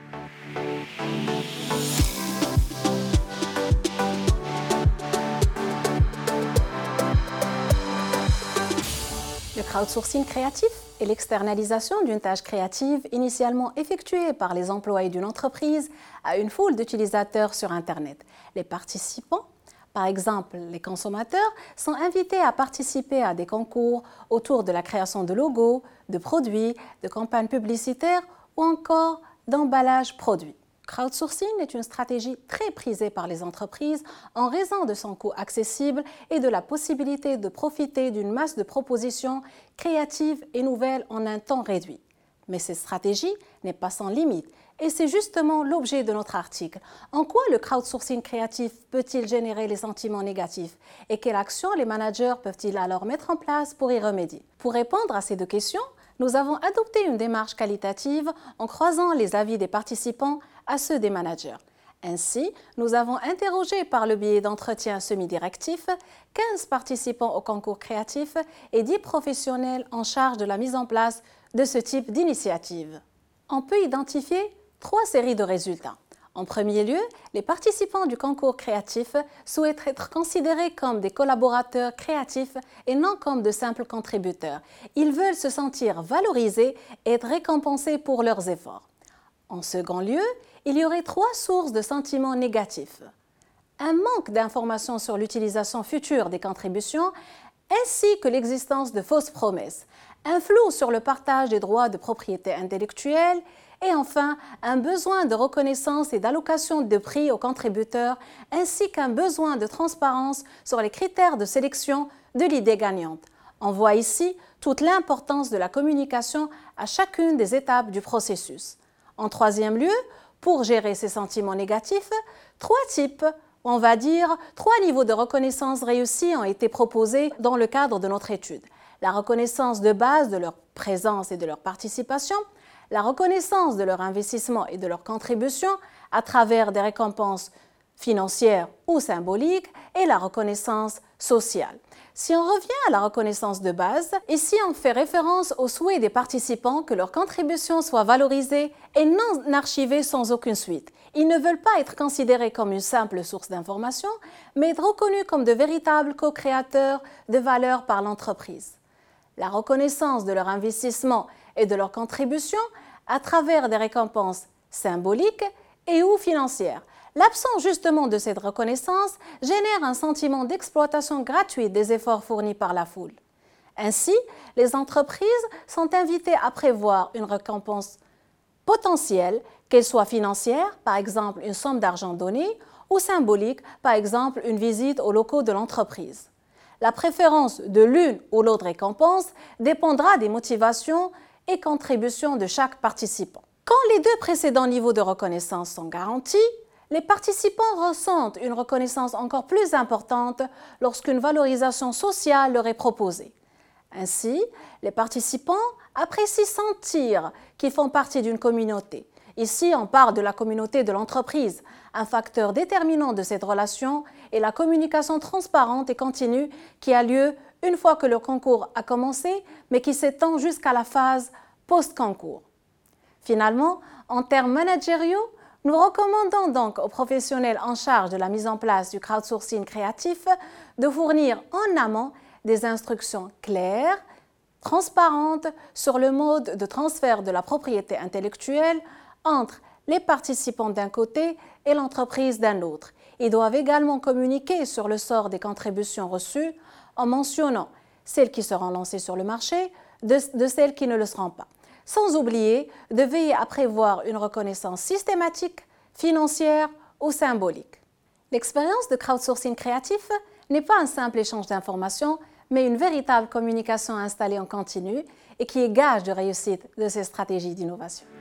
Le crowdsourcing créatif est l'externalisation d'une tâche créative initialement effectuée par les employés d'une entreprise à une foule d'utilisateurs sur Internet. Les participants, par exemple les consommateurs, sont invités à participer à des concours autour de la création de logos, de produits, de campagnes publicitaires ou encore d'emballages produits. Crowdsourcing est une stratégie très prisée par les entreprises en raison de son coût accessible et de la possibilité de profiter d'une masse de propositions créatives et nouvelles en un temps réduit. Mais cette stratégie n'est pas sans limite et c'est justement l'objet de notre article. En quoi le crowdsourcing créatif peut-il générer les sentiments négatifs et quelles actions les managers peuvent-ils alors mettre en place pour y remédier? Pour répondre à ces deux questions, nous avons adopté une démarche qualitative en croisant les avis des participants à ceux des managers. Ainsi, nous avons interrogé par le biais d'entretiens semi-directifs 15 participants au concours créatif et 10 professionnels en charge de la mise en place de ce type d'initiative. On peut identifier 3 séries de résultats. En premier lieu, les participants du concours créatif souhaitent être considérés comme des collaborateurs créatifs et non comme de simples contributeurs. Ils veulent se sentir valorisés et être récompensés pour leurs efforts. En second lieu, il y aurait 3 sources de sentiments négatifs. Un manque d'informations sur l'utilisation future des contributions ainsi que l'existence de fausses promesses, un flou sur le partage des droits de propriété intellectuelle et enfin un besoin de reconnaissance et d'allocation de prix aux contributeurs ainsi qu'un besoin de transparence sur les critères de sélection de l'idée gagnante. On voit ici toute l'importance de la communication à chacune des étapes du processus. En troisième lieu, pour gérer ces sentiments négatifs, 3 types, on va dire 3 niveaux de reconnaissance réussis ont été proposés dans le cadre de notre étude. La reconnaissance de base de leur présence et de leur participation, la reconnaissance de leur investissement et de leur contribution à travers des récompenses financières ou symboliques et la reconnaissance sociale. Si on revient à la reconnaissance de base, ici on fait référence au souhait des participants que leur contribution soit valorisée et non archivée sans aucune suite. Ils ne veulent pas être considérés comme une simple source d'information, mais être reconnus comme de véritables co-créateurs de valeur par l'entreprise. La reconnaissance de leur investissement et de leur contribution à travers des récompenses symboliques et ou financières. L'absence justement de cette reconnaissance génère un sentiment d'exploitation gratuite des efforts fournis par la foule. Ainsi, les entreprises sont invitées à prévoir une récompense potentielle, qu'elle soit financière, par exemple une somme d'argent donnée, ou symbolique, par exemple une visite aux locaux de l'entreprise. La préférence de l'une ou l'autre récompense dépendra des motivations et contributions de chaque participant. Quand les 2 précédents niveaux de reconnaissance sont garantis, les participants ressentent une reconnaissance encore plus importante lorsqu'une valorisation sociale leur est proposée. Ainsi, les participants apprécient sentir qu'ils font partie d'une communauté. Ici, on parle de la communauté de l'entreprise. Un facteur déterminant de cette relation est la communication transparente et continue qui a lieu une fois que le concours a commencé, mais qui s'étend jusqu'à la phase post-concours. Finalement, en termes managériaux, nous recommandons donc aux professionnels en charge de la mise en place du crowdsourcing créatif de fournir en amont des instructions claires, transparentes sur le mode de transfert de la propriété intellectuelle entre les participants d'un côté et l'entreprise d'un autre. Ils doivent également communiquer sur le sort des contributions reçues en mentionnant celles qui seront lancées sur le marché de celles qui ne le seront pas. Sans oublier de veiller à prévoir une reconnaissance systématique, financière ou symbolique. L'expérience de crowdsourcing créatif n'est pas un simple échange d'informations, mais une véritable communication installée en continu et qui est gage de réussite de ces stratégies d'innovation.